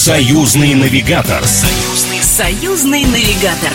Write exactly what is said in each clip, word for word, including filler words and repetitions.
Союзный навигатор. Союзный, союзный навигатор.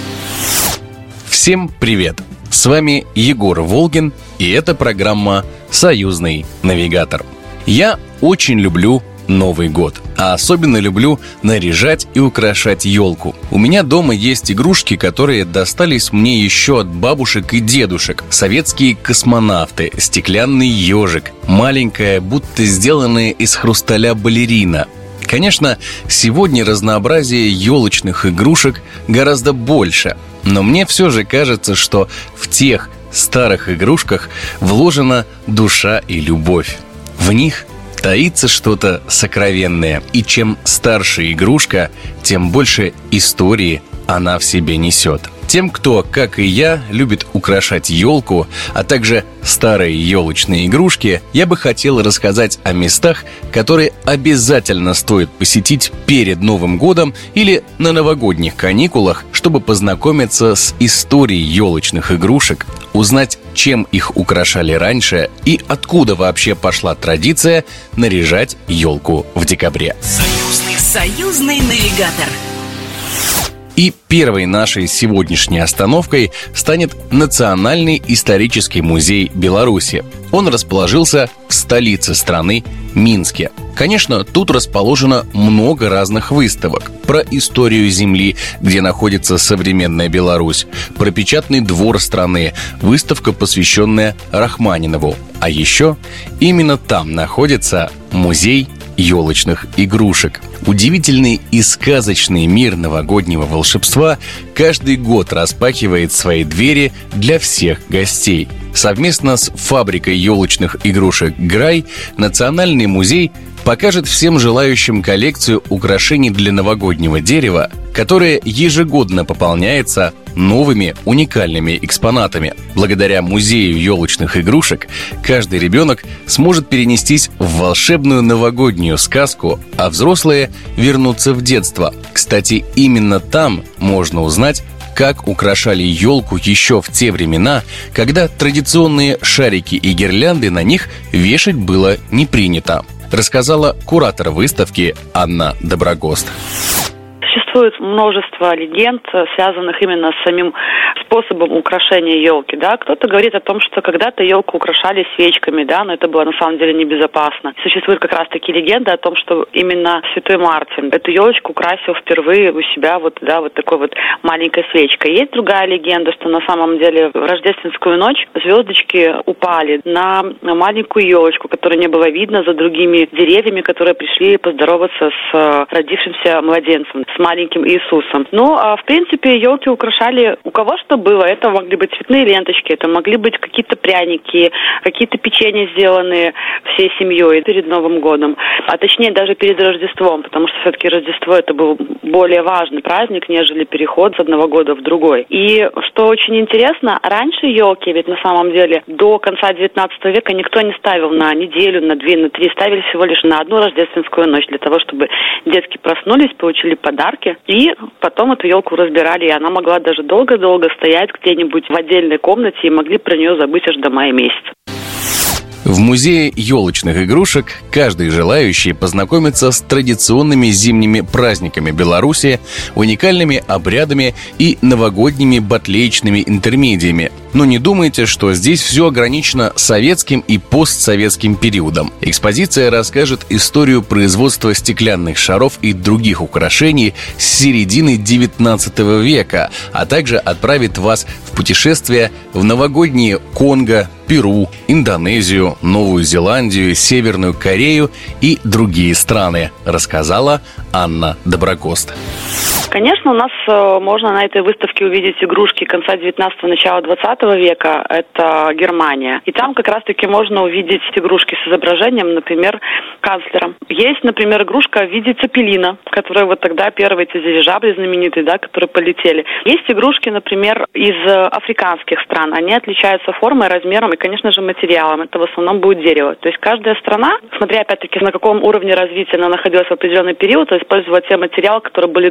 Всем привет! С вами Егор Волгин, и это программа «Союзный навигатор». Я очень люблю Новый год, а особенно люблю наряжать и украшать елку. У меня дома есть игрушки, которые достались мне еще от бабушек и дедушек. Советские космонавты, стеклянный ежик, маленькая, будто сделанная из хрусталя балерина. Конечно, сегодня разнообразие елочных игрушек гораздо больше, но мне все же кажется, что в тех старых игрушках вложена душа и любовь. В них таится что-то сокровенное, и чем старше игрушка, тем больше истории она в себе несет. Тем, кто, как и я, любит украшать елку, а также старые елочные игрушки, я бы хотел рассказать о местах, которые обязательно стоит посетить перед Новым годом или на новогодних каникулах, чтобы познакомиться с историей елочных игрушек, узнать, чем их украшали раньше и откуда вообще пошла традиция наряжать елку в декабре. Союзный, союзный навигатор. И первой нашей сегодняшней остановкой станет Национальный исторический музей Беларуси. Он расположился в столице страны Минске. Конечно, тут расположено много разных выставок. Про историю земли, где находится современная Беларусь, про печатный двор страны, выставка, посвященная Рахманинову. А еще именно там находится музей елочных игрушек. Удивительный и сказочный мир новогоднего волшебства каждый год распахивает свои двери для всех гостей. Совместно с фабрикой елочных игрушек «Грай» Национальный музей покажет всем желающим коллекцию украшений для новогоднего дерева, которая ежегодно пополняется новыми уникальными экспонатами. Благодаря музею елочных игрушек каждый ребенок сможет перенестись в волшебную новогоднюю сказку, а взрослые вернуться в детство. Кстати, именно там можно узнать, как украшали елку еще в те времена, когда традиционные шарики и гирлянды на них вешать было не принято, рассказала куратор выставки Анна Доброгост. Существует множество легенд, связанных именно с самим способом украшения елки, да. Кто-то говорит о том, что когда-то елку украшали свечками, да, но это было на самом деле небезопасно. Существуют как раз такие легенды о том, что именно Святой Мартин эту елочку украсил впервые у себя вот, да, вот такой вот маленькой свечкой. Есть другая легенда, что на самом деле в рождественскую ночь звездочки упали на маленькую елочку, которую не было видно за другими деревьями, которые пришли поздороваться с родившимся младенцем, с маленьким Иисусом. Ну, а в принципе, елки украшали у кого что было. Это могли быть цветные ленточки, это могли быть какие-то пряники, какие-то печенья, сделанные всей семьей перед Новым годом, а точнее даже перед Рождеством, потому что все-таки Рождество это был более важный праздник, нежели переход с одного года в другой. И что очень интересно, раньше елки ведь на самом деле до конца девятнадцатого века никто не ставил на неделю, на две, на три, ставили всего лишь на одну рождественскую ночь для того, чтобы детки проснулись, получили подарки, и потом эту елку разбирали, и она могла даже долго-долго стоять где-нибудь в отдельной комнате, и могли про нее забыть аж до мая месяца. В музее елочных игрушек каждый желающий познакомится с традиционными зимними праздниками Беларуси, уникальными обрядами и новогодними батлеечными интермедиями. Но не думайте, что здесь все ограничено советским и постсоветским периодом. Экспозиция расскажет историю производства стеклянных шаров и других украшений с середины девятнадцатого века, а также отправит вас в путешествие в новогодние Конго, Перу, Индонезию, Новую Зеландию, Северную Корею и другие страны, рассказала Анна Доброгост. Конечно, у нас э, можно на этой выставке увидеть игрушки конца девятнадцатого, начала двадцатого века. Это Германия. И там как раз-таки можно увидеть игрушки с изображением, например, канцлера. Есть, например, игрушка в виде цепелина, которая вот тогда первые эти дирижабли знаменитые, да, которые полетели. Есть игрушки, например, из африканских стран. Они отличаются формой, размером и, конечно же, материалом. Это в основном будет дерево. То есть каждая страна, смотря опять-таки на каком уровне развития она находилась в определенный период, использовала те материалы, которые были доступны.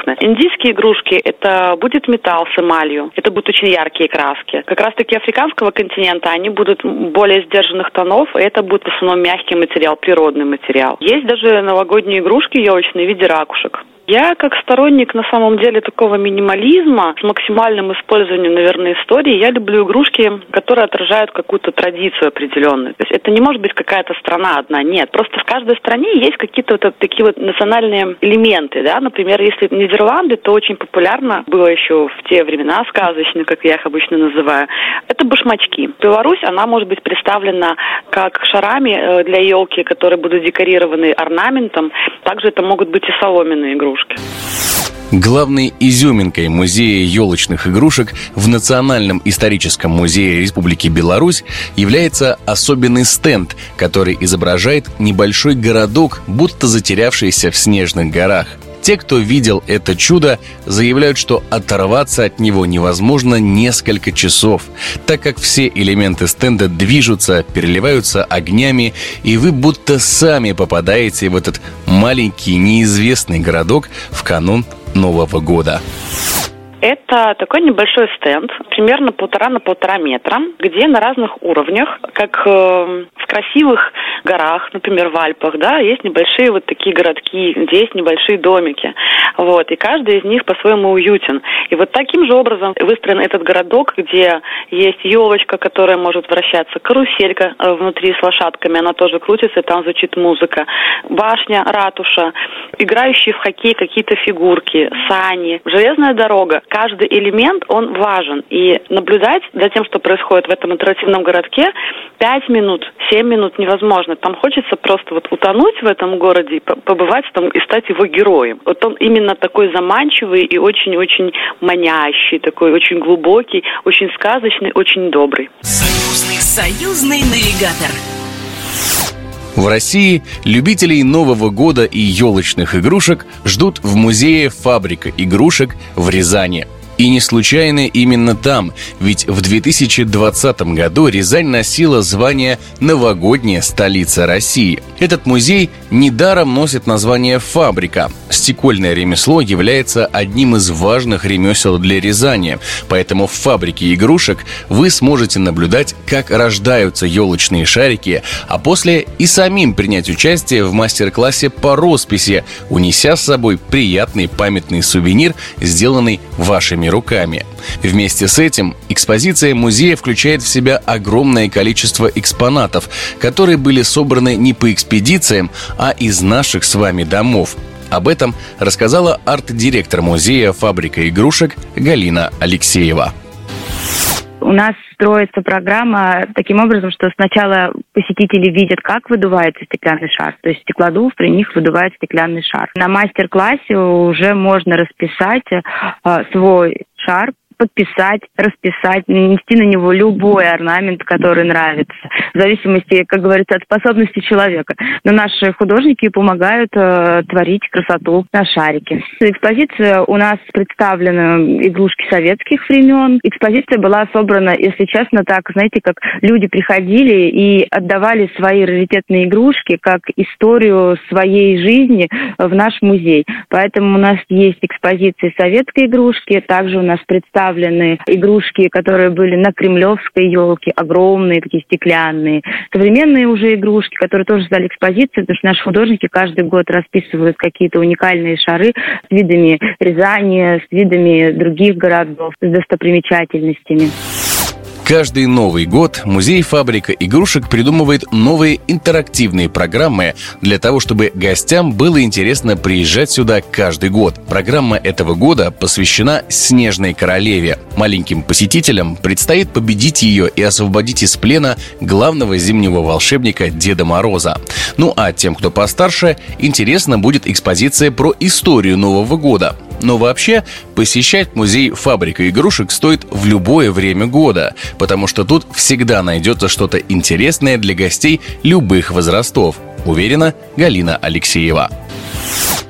эффектны. Индийские игрушки – это будет металл с эмалью, это будут очень яркие краски. Как раз-таки африканского континента они будут более сдержанных тонов, и это будет в основном мягкий материал, природный материал. Есть даже новогодние игрушки елочные в виде ракушек. Я, как сторонник, на самом деле, такого минимализма с максимальным использованием, наверное, истории, я люблю игрушки, которые отражают какую-то традицию определенную. То есть это не может быть какая-то страна одна, нет. Просто в каждой стране есть какие-то вот такие вот национальные элементы, да. Например, если Нидерланды, то очень популярно было еще в те времена, сказочные, как я их обычно называю, это башмачки. Беларусь, она может быть представлена как шарами для елки, которые будут декорированы орнаментом. Также это могут быть и соломенные игрушки. Главной изюминкой музея елочных игрушек в Национальном историческом музее Республики Беларусь является особенный стенд, который изображает небольшой городок, будто затерявшийся в снежных горах. Те, кто видел это чудо, заявляют, что оторваться от него невозможно несколько часов, так как все элементы стенда движутся, переливаются огнями, и вы будто сами попадаете в этот маленький неизвестный городок в канун Нового года. Это такой небольшой стенд, примерно полтора на полтора метра, где на разных уровнях, как э, в красивых горах, например, в Альпах, да, есть небольшие вот такие городки, где есть небольшие домики, вот, и каждый из них по-своему уютен. И вот таким же образом выстроен этот городок, где есть елочка, которая может вращаться, каруселька внутри с лошадками, она тоже крутится, и там звучит музыка, башня, ратуша, играющие в хоккей какие-то фигурки, сани, железная дорога. Каждый элемент, он важен. И наблюдать за тем, что происходит в этом интерактивном городке, пять минут, семь минут невозможно. Там хочется просто вот утонуть в этом городе, побывать там и стать его героем. Вот он именно такой заманчивый и очень-очень манящий, такой очень глубокий, очень сказочный, очень добрый. Союзный, союзный навигатор. В России любителей Нового года и елочных игрушек ждут в музее «Фабрика игрушек» в Рязани. И не случайно именно там, ведь в две тысячи двадцатом году Рязань носила звание «Новогодняя столица России». Этот музей недаром носит название «Фабрика». Стекольное ремесло является одним из важных ремесел для Рязани, поэтому в «Фабрике игрушек» вы сможете наблюдать, как рождаются елочные шарики, а после и самим принять участие в мастер-классе по росписи, унеся с собой приятный памятный сувенир, сделанный вашими руками. Вместе с этим экспозиция музея включает в себя огромное количество экспонатов, которые были собраны не по экспедициям, а из наших с вами домов. Об этом рассказала арт-директор музея «Фабрика игрушек» Галина Алексеева. У нас строится программа таким образом, что сначала посетители видят, как выдувается стеклянный шар. То есть стеклодув при них выдувает стеклянный шар. На мастер-классе уже можно расписать э, свой шар, подписать, расписать, нанести на него любой орнамент, который нравится, в зависимости, как говорится, от способности человека. Но наши художники помогают э, творить красоту на шарике. Экспозиция у нас представлены игрушки советских времен. Экспозиция была собрана, если честно, так, знаете, как люди приходили и отдавали свои раритетные игрушки как историю своей жизни в наш музей. Поэтому у нас есть экспозиции советской игрушки, также у нас представлены представлены игрушки, которые были на кремлевской елке, огромные, такие стеклянные. Современные уже игрушки, которые тоже стали экспозицией, потому что наши художники каждый год расписывают какие-то уникальные шары с видами Рязани, с видами других городов, с достопримечательностями. Каждый Новый год музей «Фабрика игрушек» придумывает новые интерактивные программы для того, чтобы гостям было интересно приезжать сюда каждый год. Программа этого года посвящена «Снежной королеве». Маленьким посетителям предстоит победить ее и освободить из плена главного зимнего волшебника Деда Мороза. Ну а тем, кто постарше, интересна будет экспозиция про историю Нового года. Но вообще, посещать музей «Фабрика игрушек» стоит в любое время года, потому что тут всегда найдется что-то интересное для гостей любых возрастов, уверена Галина Алексеева.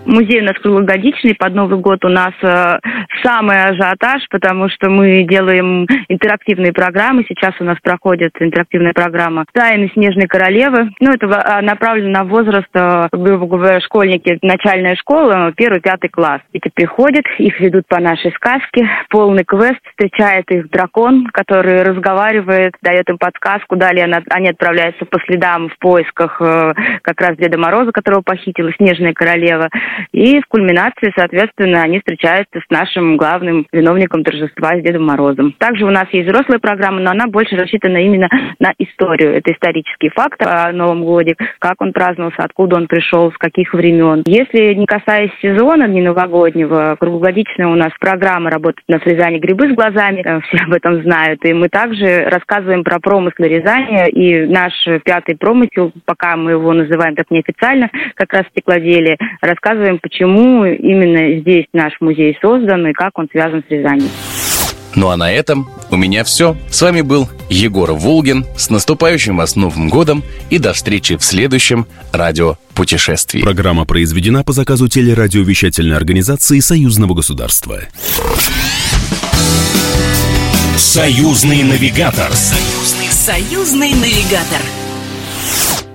Музей у нас круглогодичный, под Новый год у нас э, самый ажиотаж, потому что мы делаем интерактивные программы. Сейчас у нас проходит интерактивная программа «Тайны Снежной Королевы». Ну, это направлено на возраст, э, грубо говоря, школьники, начальная школа, первый, пятый класс. Эти приходят, их ведут по нашей сказке, полный квест, встречает их дракон, который разговаривает, дает им подсказку. Далее они отправляются по следам в поисках э, как раз Деда Мороза, которого похитила Снежная Королева. И в кульминации, соответственно, они встречаются с нашим главным виновником торжества, с Дедом Морозом. Также у нас есть взрослая программа, но она больше рассчитана именно на историю. Это исторический факт о Новом годе, как он праздновался, откуда он пришел, с каких времен. Если не касаясь сезона, не новогоднего, круглогодичная у нас программа работает на срезании грибы с глазами, все об этом знают. И мы также рассказываем про промыслы Рязани. И наш пятый промысел, пока мы его называем так неофициально, как раз стеклоделие, рассказываем, почему именно здесь наш музей создан и как он связан с Рязанью. Ну а на этом у меня все. С вами был Егор Волгин. С наступающим вас Новым годом и до встречи в следующем радиопутешествии. Программа произведена по заказу телерадиовещательной организации Союзного государства. Союзный навигатор. Союзный, союзный навигатор.